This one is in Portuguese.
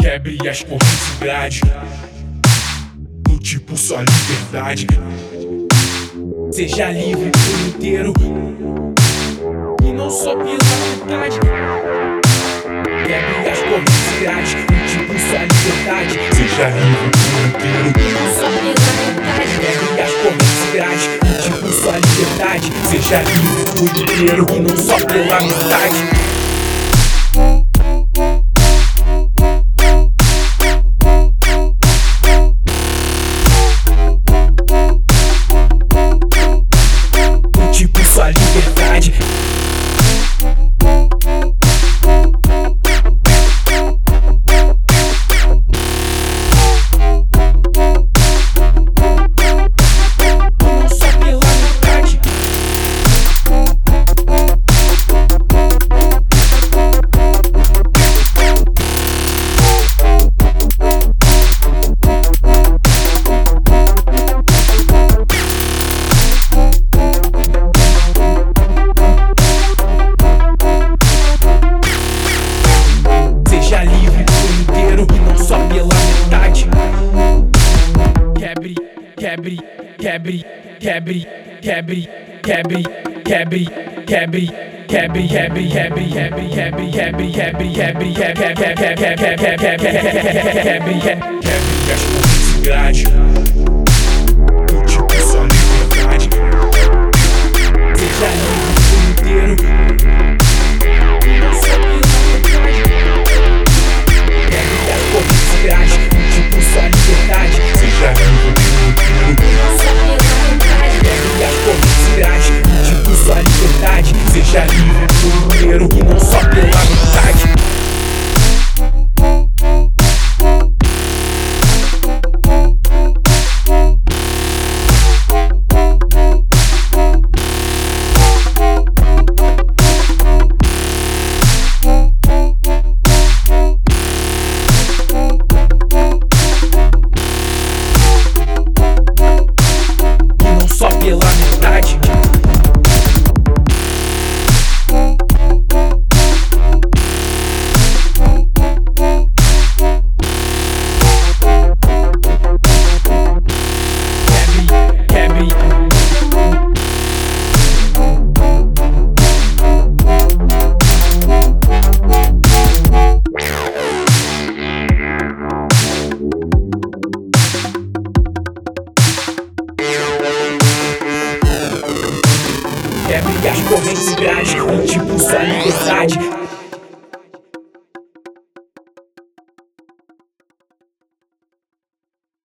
Quebre as correntes e grade, lute por sua liberdade. Seja livre por inteiro e não só pela metade. Quebre as correntes e grade, lute por sua liberdade. Seja livre por inteiro e não só pela metade. Quebre as correntes e grade, lute por sua liberdade. Seja livre por inteiro e não só pela metade. Sua liberdade. Não só pela metade. Seja livre por inteiro e não só pela metade. Quebre, quebre, quebre, quebre, quebre, quebre, quebre, quebre, quebre, quebre, quebre, quebre, quebre, quebre, quebre, quebre, quebre as correntes e grade, lute por sua liberdade. Seja livre por inteiro e não só pela metade. Quebre as correntes e grade, lute por sua liberdade. Seja livre por inteiro e não só pela metade. Quebre as correntes e grade, lute por sua liberdade. Seja livre por inteiro e não só pela metade. Só pela metade. Quebre, quebre. Quebre as correntes e grade, lute por sua liberdade.